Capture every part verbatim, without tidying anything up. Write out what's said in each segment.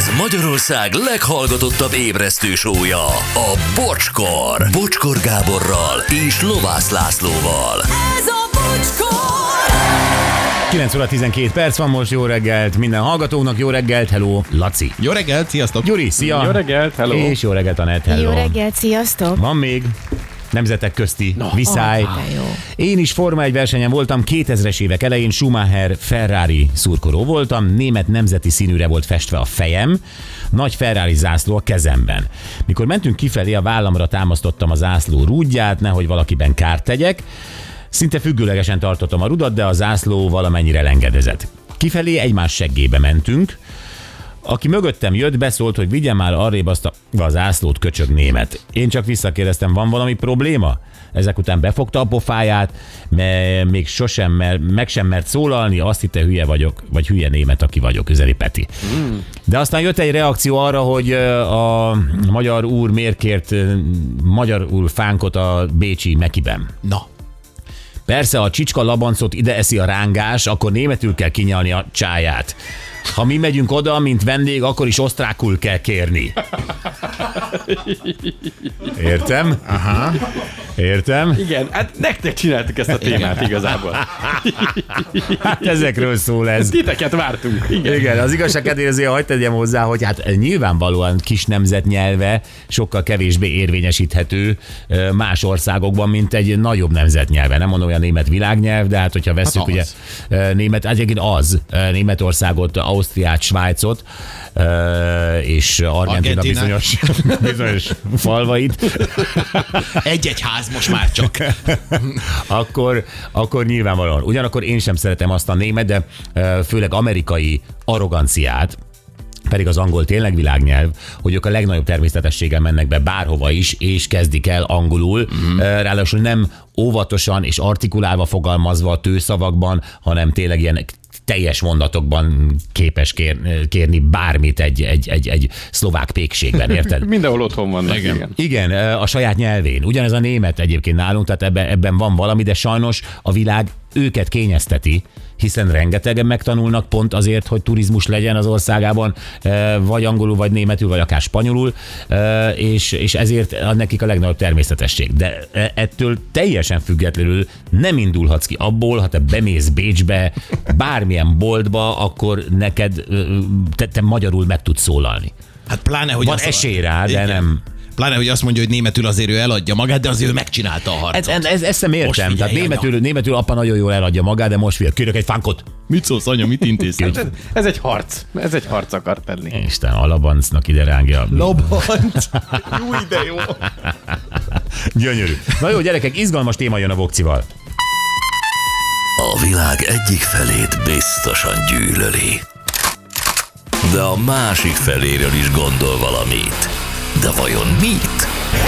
Ez Magyarország leghallgatottabb ébresztő show-ja, a Bocskor. Bocskor Gáborral és Lovász Lászlóval. Ez a Bocskor! kilenc óra tizenkét perc van most, jó reggelt minden hallgatónak, jó reggelt, hello, Laci. Jó reggelt, sziasztok. Gyuri, szia. Jó reggelt, hello. És jó reggelt, Anett, hello. Jó reggelt, sziasztok. Van még nemzetek közti No. viszály. Oh, de jó. Én is Forma egy versenyen voltam, kétezres évek elején Schumacher Ferrari szurkoló voltam, német nemzeti színűre volt festve a fejem, nagy Ferrari zászló a kezemben. Mikor mentünk kifelé, a vállamra támasztottam a zászló rúdját, nehogy valakiben kárt tegyek. Szinte függőlegesen tartottam a rudat, de a zászló valamennyire lengedezett. Kifelé egymás seggébe mentünk. Aki mögöttem jött, beszólt, hogy vigyem már arrébb azt a, a zászlót, köcsög német. Én csak visszakérdeztem, van valami probléma? Ezek után befogta a pofáját, mert még sosem mer, meg sem mert szólalni, azt hitte hülye vagyok, vagy hülye német, aki vagyok, üzeni Peti. Mm. De aztán jött egy reakció arra, hogy a magyar úr miért kért magyarul fánkot a bécsi Mekiben. Na. Persze, a csicska labancot ide eszi a rángás, akkor németül kell kinyalni a csáját. Ha mi megyünk oda, mint vendég, akkor is osztrákul kell kérni. Értem? Aha. Értem? Igen, hát nektek csináltuk ezt a témát igazából. Hát ezekről szól ez. Titeket vártunk. Igen. Igen, az igazság kedvéért azért hagyd tegyem hozzá, hogy hát nyilvánvalóan kis nemzet nyelve sokkal kevésbé érvényesíthető más országokban, mint egy nagyobb nemzet nyelve. Nem mondom, olyan német világnyelv, de hát hogyha veszük hát ugye német, hát egyébként az, Németországot, Ausztriát, Svájcot, és Argentina bizonyos, bizonyos falvait. Egy-egy ház most már csak. akkor, akkor nyilvánvalóan. Ugyanakkor én sem szeretem azt a német, de főleg amerikai arroganciát, pedig az angol tényleg világnyelv, hogy ők a legnagyobb természetességgel mennek be bárhova is, és kezdik el angolul. Mm. Ráadásul nem óvatosan és artikulálva fogalmazva a tőszavakban, hanem tényleg ilyen teljes mondatokban képes kér, kérni bármit egy, egy, egy, egy szlovák pékségben, érted? Mindenhol otthon vannak, igen. igen. Igen, a saját nyelvén. Ugyanez a német egyébként nálunk, tehát ebben, ebben van valami, de sajnos a világ őket kényezteti, hiszen rengetegen megtanulnak pont azért, hogy turizmus legyen az országában, vagy angolul, vagy németül, vagy akár spanyolul, és, és ezért nekik a legnagyobb természetesség. De ettől teljesen függetlenül nem indulhatsz ki abból, ha te bemész Bécsbe, bármilyen boltba, akkor neked, te, te magyarul meg tudsz szólalni. Hát pláne, hogy van esély rá, de igen. nem... Pláne, hogy azt mondja, hogy németül azért ő eladja magát, de azért ő megcsinálta a harcot. Ez, ez, ezt sem értem. Tehát németül, németül apa nagyon jól eladja magát, de most figyelj, kérek egy fánkot. Mit szólsz, anya, mit intézsz? Ez, ez egy harc. Ez egy harc akar tenni. Isten, a labancnak ide rángja. Labanc. Jó, de jó. Gyönyörű. Na jó, gyerekek, izgalmas téma jön a Vokcival. A világ egyik felét biztosan gyűlöli, de a másik feléről is gondol valamit. De vajon mit?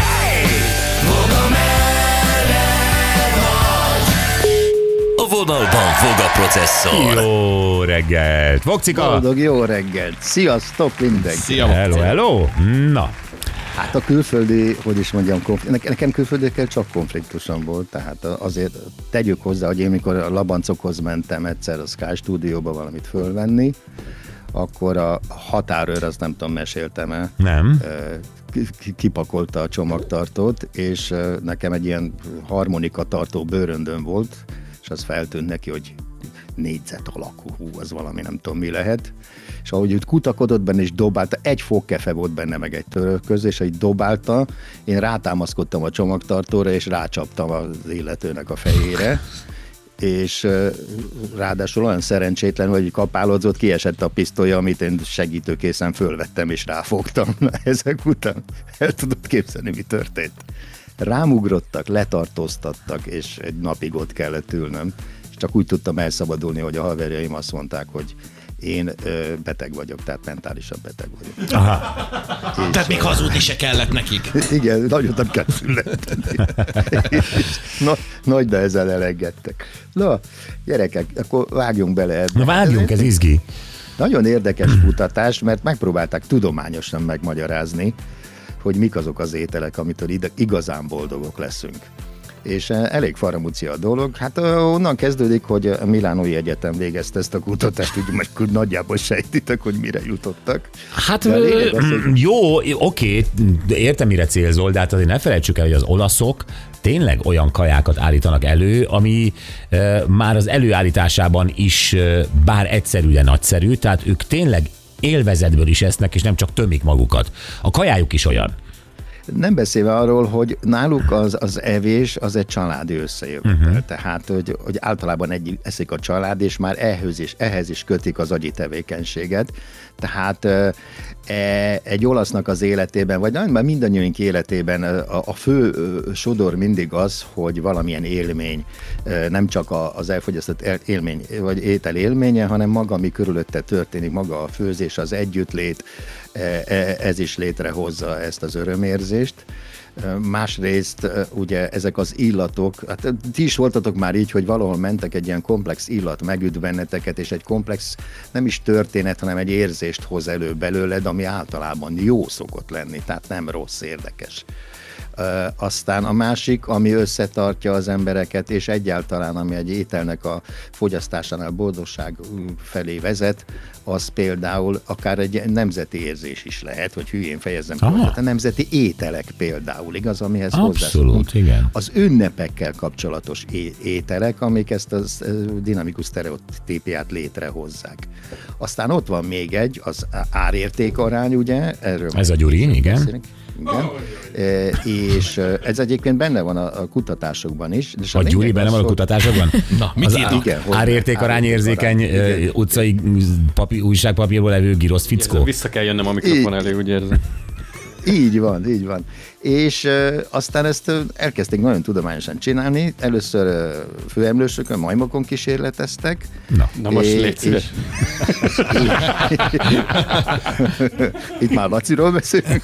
A vonalban fog a processzor. Jó reggelt! Vokcika! Boldog jó reggelt! Sziasztok mindenki! Szia, hello, hello! Na. Hát a külföldi, hogy is mondjam, konflikt, nekem külföldökkel csak konfliktusom volt, tehát azért tegyük hozzá, hogy én mikor a labancokhoz mentem egyszer a Sky stúdióba valamit fölvenni, akkor a határőr, azt nem tudom, meséltem-e. Nem. Kipakolta a csomagtartót, és nekem egy ilyen harmonika tartó bőröndön volt, és az feltűnt neki, hogy négyzet alakú, hú, az valami nem tudom mi lehet. És ahogy őt kutakodott benne, és dobálta, egy fogkefe volt benne, meg egy törölköz, és ahogy dobálta, én rátámaszkodtam a csomagtartóra, és rácsaptam az illetőnek a fejére. És ráadásul olyan szerencsétlen, hogy kapálódzott, kiesett a pisztolya, amit én segítőkészen fölvettem és ráfogtam. Ezek után el tudod képzelni, mi történt. Rámugrottak, letartóztattak, és egy napig ott kellett ülnöm. És csak úgy tudtam elszabadulni, hogy a haverjaim azt mondták, hogy én ö, beteg vagyok, tehát mentálisan beteg vagyok. Aha. És tehát még hazudni se kellett nekik. Igen, nagyon nem kell fülletni. Na, nagy, de ezzel elengedtek. Na, gyerekek, akkor vágjunk bele ebbe. Na vágjunk, ez izgi. Nagyon érdekes kutatás, mert megpróbálták tudományosan megmagyarázni, hogy mik azok az ételek, amitől igazán boldogok leszünk. és elég faramúcia a dolog. Hát onnan kezdődik, hogy a Milánói Egyetem végezte ezt a kutatást, úgy most nagyjából sejtitek, hogy mire jutottak. Hát ö, az, hogy... jó, oké, értem, mire célzol, de hát azért ne felejtsük el, hogy az olaszok tényleg olyan kajákat állítanak elő, ami e, már az előállításában is e, bár egyszerű, de nagyszerű, tehát ők tényleg élvezetből is esznek, és nem csak tömik magukat. A kajájuk is olyan. Nem beszélve arról, hogy náluk az, az evés az egy családi összejövetel. Uh-huh. Tehát, hogy, hogy általában egy eszik a család, és már ehhez is, ehhez is kötik az agyi tevékenységet. Tehát e, egy olasznak az életében, vagy már mindannyiunk életében a, a fő sodor mindig az, hogy valamilyen élmény, nem csak az elfogyasztott élmény, vagy étel élménye, hanem maga, ami körülötte történik, maga a főzés, az együttlét, ez is létrehozza ezt az örömérzést. Másrészt ugye ezek az illatok, hát ti is voltatok már így, hogy valahol mentek, egy ilyen komplex illat megüt benneteket, és egy komplex nem is történet, hanem egy érzést hoz elő belőled, ami általában jó szokott lenni, tehát nem rossz, érdekes. Uh, aztán a másik, ami összetartja az embereket, és egyáltalán, ami egy ételnek a fogyasztásánál boldogság felé vezet, az például akár egy nemzeti érzés is lehet, hogy hülyén fejezem ki, a nemzeti ételek például, igaz, amihez abszolút, igen. Az ünnepekkel kapcsolatos é- ételek, amik ezt a dinamikus sztereotípiát létrehozzák. Aztán ott van még egy, az árértékarány, ugye? Erről ez a Gyuri, igen. Beszélünk. Igen. E, és ez egyébként benne van a, a kutatásokban is. És a, a Gyuri benne van a kutatásokban? Na, mit írnak? Árértékarányérzékeny utcai papi, újságpapírból levő girosz fickó. Vissza kell jönnöm a mikrofon elé, úgy érzem. Így van, így van. És uh, aztán ezt uh, elkezdték nagyon tudományosan csinálni. Először uh, főemlősökön, majmokon kísérleteztek. Na, Na most légy szíves. Itt már Laciról beszélünk.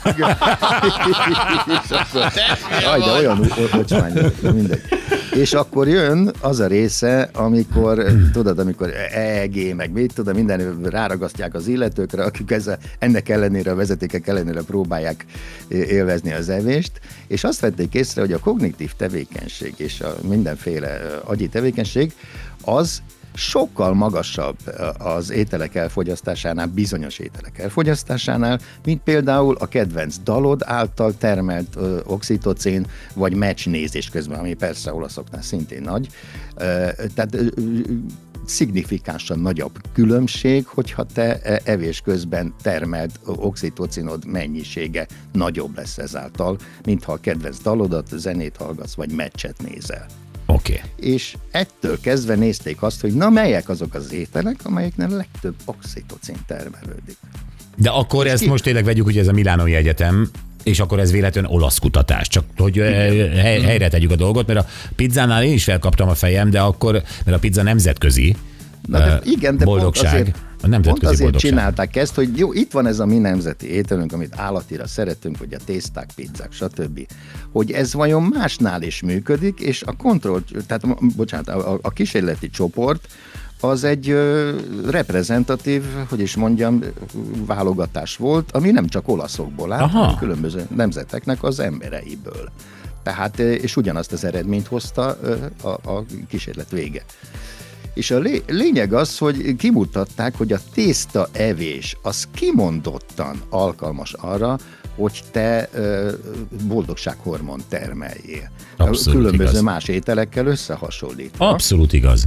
Aj, de olyan ocsmány, mindegy. És akkor jön az a része, amikor, tudod, amikor E E G, meg mit tudom, minden ráragasztják az illetőkre, akik ezzel, ennek ellenére, a vezetékek ellenére próbálják élvezni az evést, és azt vették észre, hogy a kognitív tevékenység és a mindenféle agyi tevékenység az sokkal magasabb az ételek elfogyasztásánál, bizonyos ételek elfogyasztásánál, mint például a kedvenc dalod által termelt ö, oxitocin, vagy meccsnézés közben, ami persze olaszoknál szintén nagy. Ö, tehát ö, szignifikánsan nagyobb különbség, hogyha te evés közben termelt oxitocinod mennyisége nagyobb lesz ezáltal, mintha a kedvenc dalodat, zenét hallgatsz, vagy meccset nézel. Oké. Okay. És ettől kezdve nézték azt, hogy na melyek azok az ételek, amelyeknél a legtöbb oxitocin termelődik. De akkor és ezt ki... most tényleg vegyük, hogy ez a Milánói Egyetem, és akkor ez véletlenül olasz kutatás. Csak hogy hely, helyre tegyük a dolgot, mert a pizzánál én is felkaptam a fejem, de akkor, mert a pizza nemzetközi na de igen, de boldogság. Pont azért, a nemzetközi pont azért boldogság. Csinálták ezt, hogy jó, itt van ez a mi nemzeti ételünk, amit állatira szeretünk, hogy a tészták, pizzák, stb. Hogy ez vajon másnál is működik, és a kontroll, tehát bocsánat, a, a kísérleti csoport az egy ö, reprezentatív, hogy is mondjam, válogatás volt, ami nem csak olaszokból áll, hanem különböző nemzeteknek az embereiből. Tehát, és ugyanazt az eredményt hozta a, a kísérlet vége. És a lé- lényeg az, hogy kimutatták, hogy a tészta evés az kimondottan alkalmas arra, hogy te ö, boldogsághormon termeljél. Abszolút különböző igaz. Más ételekkel összehasonlítva. Abszolút igaz.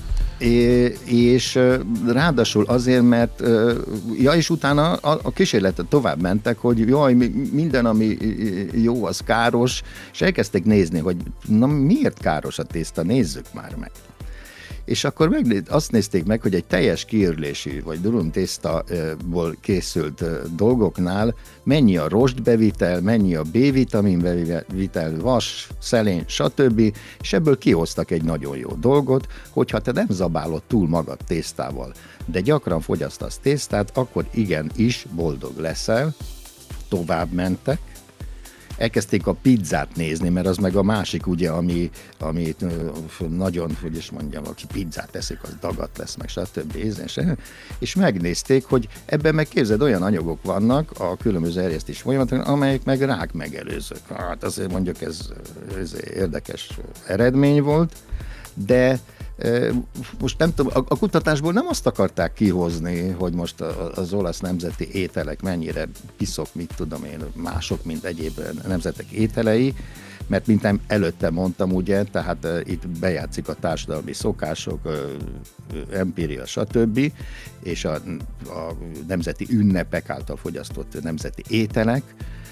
É, és ráadásul azért, mert ja, és utána a, a kísérletet tovább mentek, hogy jaj, minden, ami jó, az káros, és elkezdték nézni, hogy na miért káros a tészta, nézzük már meg. És akkor meg, azt nézték meg, hogy egy teljes kiürlésű, vagy durum tésztaból készült dolgoknál mennyi a rostbevitel, mennyi a B-vitamin bevitel, vas, szelén, stb. És ebből kihoztak egy nagyon jó dolgot, hogyha te nem zabálod túl magad tésztával, de gyakran fogyasztasz tésztát, akkor igenis boldog leszel, tovább mentek. elkezdték a pizzát nézni, mert az meg a másik, ugye, ami, ami nagyon, hogy is mondjam, aki pizzát teszik, az dagat lesz, meg stb. És megnézték, hogy ebben meg képzeld, olyan anyagok vannak a különböző erjesztés folyamatokon, amelyek meg rák megelőzők. Hát azért mondjuk ez, ez érdekes eredmény volt, de most nem tudom, a, a kutatásból nem azt akarták kihozni, hogy most az olasz nemzeti ételek mennyire piszok, mit tudom én, mások, mint egyéb nemzetek ételei, mert mint előtte mondtam, ugye, tehát itt bejátszik a társadalmi szokások, empíria, stb., és a, a nemzeti ünnepek által fogyasztott nemzeti ételek,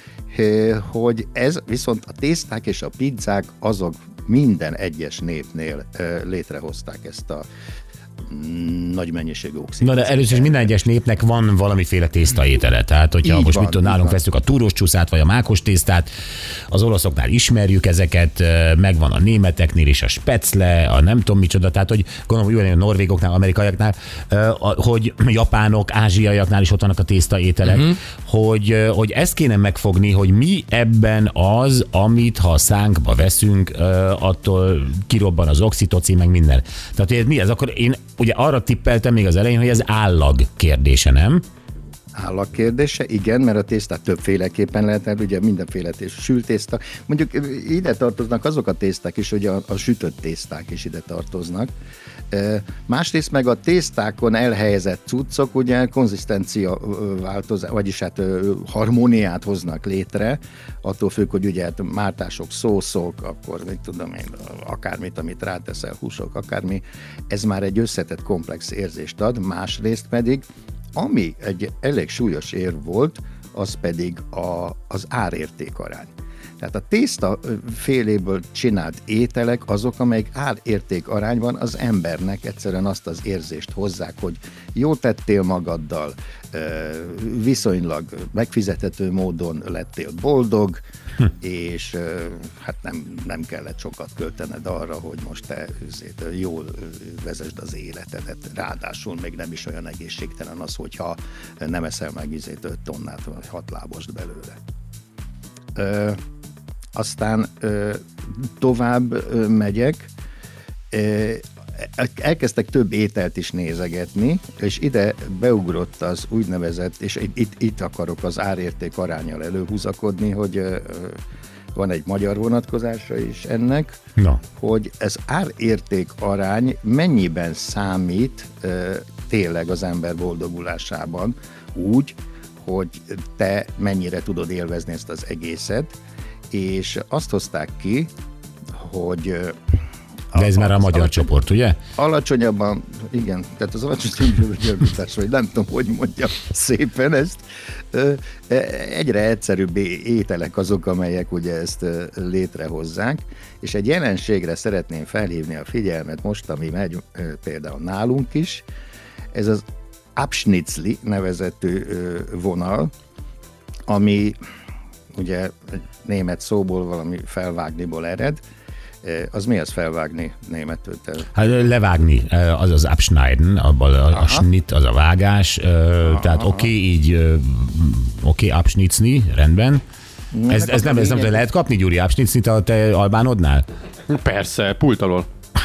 hogy ez viszont a tészták és a pizzák azok minden egyes népnél létrehozták ezt a nagy mennyiségű oxigén. Na de először is minden egyes népnek van valamiféle tésztaétele. Tehát, hogyha így most van, mit tudom, nálunk veszük a túros csúszát, vagy a mákos tésztát, az olaszoknál ismerjük ezeket, megvan a németeknél is a specle, a nem tudom micsoda, tehát, hogy gondolom, hogy a norvégoknál, amerikaiaknál, hogy japánok, ázsiaiaknál is ott vannak a tésztaételek, uh-huh. hogy, hogy ezt kéne megfogni, hogy mi ebben az, amit ha a szánkba veszünk, attól kirobban az oxitocin, meg minden. Tehát mi ez? Akkor én ugye arra tippeltem még az elején, hogy ez állag kérdése, nem? Állag kérdése, igen, mert a tésztát többféleképpen lehet, ugye mindenféle tészta, sült tészta. Mondjuk ide tartoznak azok a tészták is, hogy a, a sütött tészták is ide tartoznak. Másrészt meg a tésztákon elhelyezett cuccok ugye konzisztencia változás, vagyis hát harmóniát hoznak létre, attól függ, hogy ugye hát mártások, szószok, akkor mit tudom én, akármit, amit ráteszel, húsok, akármi, ez már egy összetett komplex érzést ad, másrészt pedig, ami egy elég súlyos érv volt, az pedig a, az árértékarány. Tehát a tészta féléből csinált ételek azok, amelyek árérték arányban az embernek egyszerűen azt az érzést hozzák, hogy jól tettél magaddal, viszonylag megfizethető módon lettél boldog, hm. és hát nem, nem kellett sokat költened arra, hogy most te jól vezesd az életedet. Ráadásul még nem is olyan egészségtelen az, hogyha nem eszel meg öt tonnát, vagy hat lábost belőle. Aztán ö, tovább ö, megyek, ö, elkezdtek több ételt is nézegetni, és ide beugrott az úgynevezett, és itt, itt akarok az árérték aránnyal előhúzakodni, hogy ö, van egy magyar vonatkozása is ennek, no. hogy ez árérték arány mennyiben számít ö, tényleg az ember boldogulásában úgy, hogy te mennyire tudod élvezni ezt az egészet, és azt hozták ki, hogy... De ez a, már a magyar alacsony, csoport, ugye? Alacsonyabban, igen, tehát az alacsony színvonalú, vagy nem tudom, hogy mondjam szépen ezt, egyre egyszerűbb ételek azok, amelyek ugye ezt létrehozzák, és egy jelenségre szeretném felhívni a figyelmet most, ami megy például nálunk is, ez az Abschnitzli nevezetű vonal, ami ugye egy német szóból valami felvágniból ered. Az mi az felvágni németül? Hát levágni, az az abschneiden, abban a, a schnitt, az a vágás, aha, tehát oké, okay, így oké, okay, abschnitzni, rendben. Ez, ez nem, ez nem lehet kapni, Gyuri, abschnitzit a te albánodnál? Persze, pult alól.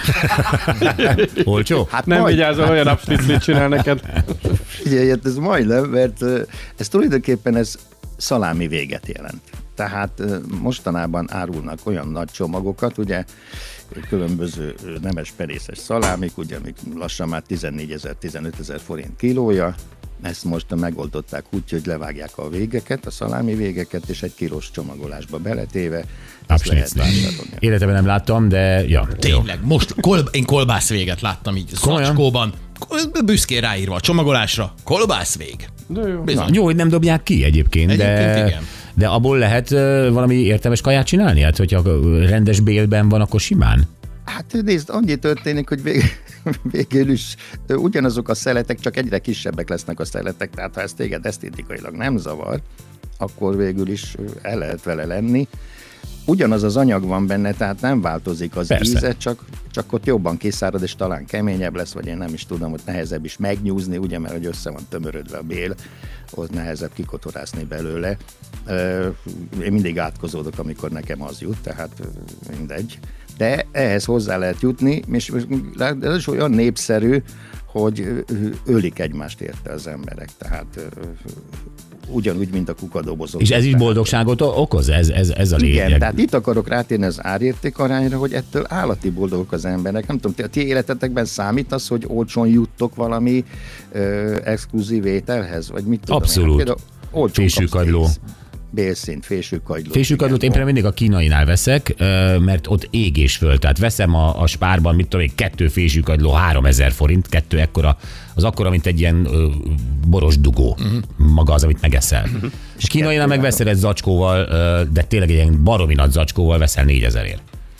Olcsó? Hát nem vigyázol, olyan abschnitzlit csinál neked. Figyelj, ez majdnem, mert ez tulajdonképpen ez szalámi véget jelent. Tehát mostanában árulnak olyan nagy csomagokat, ugye különböző nemes perészes szalámik, ugye amik lassan már tizennégyezer-tizenötezer forint kilója, ezt most megoldották úgy, hogy levágják a végeket, a szalámi végeket, és egy kilós csomagolásba beletéve ezt lehet vásárolni. Életemben nem láttam, de ja. Tényleg, jó. Most kol- én kolbász véget láttam így szacskóban, büszkén ráírva a csomagolásra, kolbász vég. De jó. Na, jó, hogy nem dobják ki egyébként, egyébként de, igen. de abból lehet uh, valami értelmes kaját csinálni? Hát, hogyha rendes bélben van, akkor simán? Hát nézd, annyi történik, hogy vég, végül is ugyanazok a szeletek, csak egyre kisebbek lesznek a szeletek, tehát ha ez téged esztétikailag nem zavar, akkor végül is el lehet vele lenni. ugyanaz az anyag van benne, tehát nem változik az Persze. íze, csak, csak ott jobban kiszárad, és talán keményebb lesz, vagy én nem is tudom, hogy nehezebb is megnyúzni, ugye, mert hogy össze van tömörödve a bél, ott nehezebb kikotorászni belőle. Én mindig átkozódok, amikor nekem az jut, tehát mindegy. De ehhez hozzá lehet jutni, és ez is olyan népszerű, hogy ölik egymást érte az emberek, tehát ugyanúgy, mint a kukadobozok. És ez is boldogságot okoz? Ez, ez, ez a lényeg. Igen, tehát itt akarok rátérni az árérték arányra, hogy ettől állati boldogok az emberek. Nem tudom, a ti életetekben számít az, hogy olcsón juttok valami ö, exkluzív ételhez? Vagy mit tudom Abszolút. Én? Olcsón Fésűkagyló. Bélszint, fésűkagyló. Fésűkagylót én például mindig a kínainál veszek, mert ott ég és föl. Tehát veszem a, a Spárban, mit tudom én, kettő fésűkagyló, háromezer forint, kettő ekkora, az akkora, mint egy ilyen ö, boros dugó. Uh-huh. Maga az, amit megeszel. Uh-huh. És kínainál megveszel egy zacskóval, de tényleg egy ilyen baromi nagy zacskóval veszel négyezerért.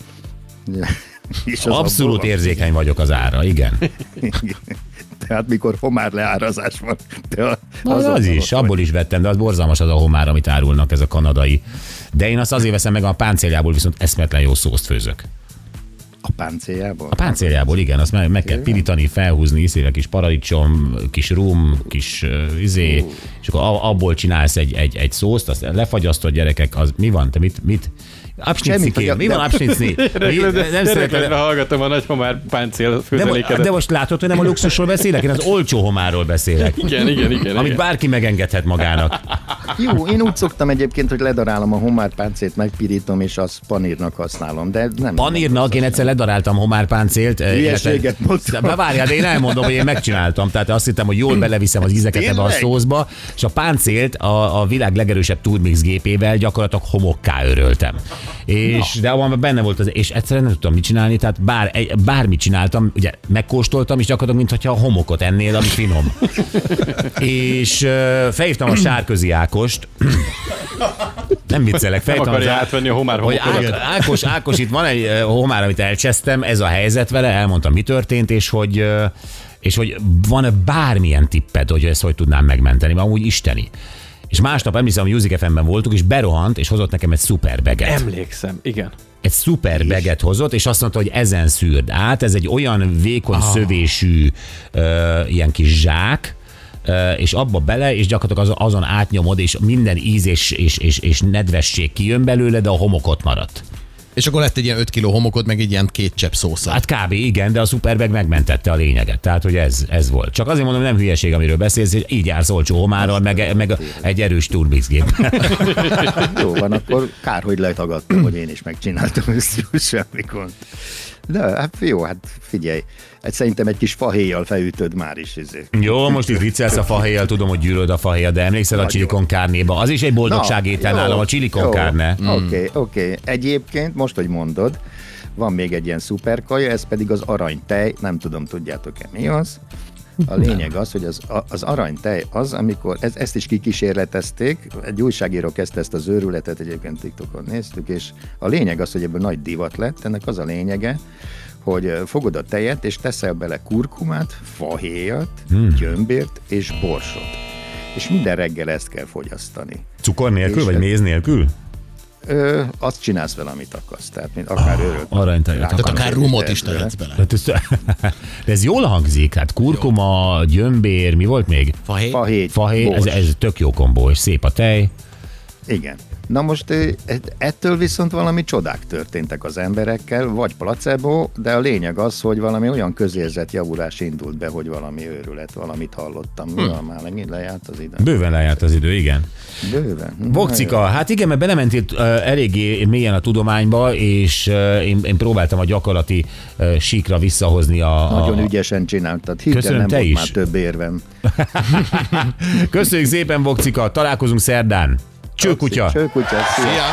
Abszolút érzékeny vagyok az ára, igen. Tehát mikor homár leárazás van. De az, az is, vagy. Abból is vettem, de az borzalmas az a homár, amit árulnak, ez a kanadai. De én azt azért veszem meg, a páncéljából viszont eszmetlen jó szószt főzök. A páncéljából? A páncéljából, igen, azt meg, meg kell pirítani, felhúzni, iszével kis paradicsom, kis rum, kis uh, izé, uh. és akkor abból csinálsz egy, egy, egy szószt, azt lefagyasztod, gyerekek, az mi van? Te mit, mit? Absnicnikém. Mi van absnicni? Nem szeretem. Hallgatom a nagy homár páncél főzelékedet. De, de most látod, hogy nem a luxusról beszélek? Én az olcsó homárról beszélek. Igen, igen, igen. Amit igen. bárki megengedhet magának. Jó, én úgy szoktam egyébként, hogy ledarálom a homárpáncélt, megpirítom, és azt panírnak használom. De nem panírnak? Én egyszer ledaráltam homárpáncélt. Hülyeséget mondtam. De várjál, de én elmondom, hogy én megcsináltam. Tehát azt hittem, hogy jól beleviszem az ízeket ebbe a szószba, és a páncélt a, a világ legerősebb turmix gépével gyakorlatilag homokká öröltem. És, de abban benne volt az, és egyszerűen nem tudtam mit csinálni, tehát bár, egy, bármit csináltam, ugye megkóstoltam, és gyakorlatilag, mintha a homokot ennél, ami finom. És uh, felhívtam a Sárközi Ákost, nem viccelek, felhívtam nem akarja az, átvenni a homár homokodat. Ákos, Ákos, itt van egy uh, homár, amit elcsesztem, ez a helyzet vele, elmondtam, mi történt, és hogy, uh, és hogy van-e bármilyen tipped, hogy ezt hogy tudnám megmenteni, mert amúgy isteni. És másnap emlékszem, hogy Music ef em-ben voltunk, és berohant, és hozott nekem egy szuper baget. Emlékszem, igen. Egy szuper baget hozott, és azt mondta, hogy ezen szűrd át. Ez egy olyan vékony ah. szövésű uh, ilyen kis zsák, uh, és abba bele, és gyakorlatilag az, azon átnyomod, és minden íz és, és, és, és nedvesség kijön belőle, de a homokot maradt. És akkor lett egy ilyen öt kiló homokod, meg egy ilyen két csepp szószal. Hát kb. Igen, de a Superbag megmentette a lényeget. Tehát, hogy ez, ez volt. Csak azért mondom, hogy nem hülyeség, amiről beszélsz, hogy így jársz olcsó homárral, meg, meg egy erős turbix gép. Jó van, akkor kár, hogy letagadtam, hogy én is megcsináltam ezt, semmi gond. De hát jó, hát figyelj, hát szerintem egy kis fahéjjal felütöd már is. Izé. Jó, most itt viccelsz a fahéjjal, tudom, hogy gyűlöd a fahéjat, de emlékszel a chili con carnéba? Az is egy boldogságétel nálam, a chili con carne. Oké, oké. Okay, okay. Egyébként, most, hogy mondod, van még egy ilyen szuperkaja, ez pedig az aranytej, nem tudom, tudjátok-e mi az? A lényeg az, hogy az, az aranytej az, amikor, ez, ezt is kikísérletezték, egy újságíró kezdte ezt az őrületet, egyébként TikTokon néztük, és a lényeg az, hogy ebből nagy divat lett, ennek az a lényege, hogy fogod a tejet, és teszel bele kurkumát, fahéjat, hmm. gyömbért és borsot. És minden reggel ezt kell fogyasztani. Cukor nélkül, és vagy méz nélkül? Ö, azt csinálsz vele, amit akarsz. Tehát mint akár oh, örök. Aranytej. Tehát akár rumot is tehetsz bele. Ez, de ez jól hangzik. Hát kurkuma, jó. Gyömbér, mi volt még? Fahéj. Fahéj. Fahéj, ez, ez tök jó kombó, és szép a tej. Igen. Na most ettől viszont valami csodák történtek az emberekkel, vagy placebo, de a lényeg az, hogy valami olyan közérzetjavulás indult be, hogy valami őrület, valamit hallottam. Mi van, már megint lejárt az idő? Bőven lejárt az idő, igen. Bőven. Vokcika, hát igen, mert belementél uh, eléggé mélyen a tudományba, és uh, én, én próbáltam a gyakorlati uh, síkra visszahozni a... a... Nagyon ügyesen csináltad. Hidd, nem te volt is. Már több érvem. Köszönjük szépen, Vokcika, találkozunk szerdán. Csőkutya. Csőkutya. Szia.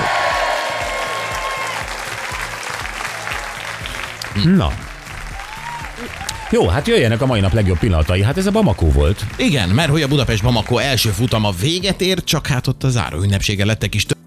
Na. Jó, hát jöjjenek a mai nap legjobb pillanatai. Hát ez a Bamako volt. Igen, mert hogy a Budapest-Bamako első futama véget ér, csak hát ott a záró ünnepsége lettek is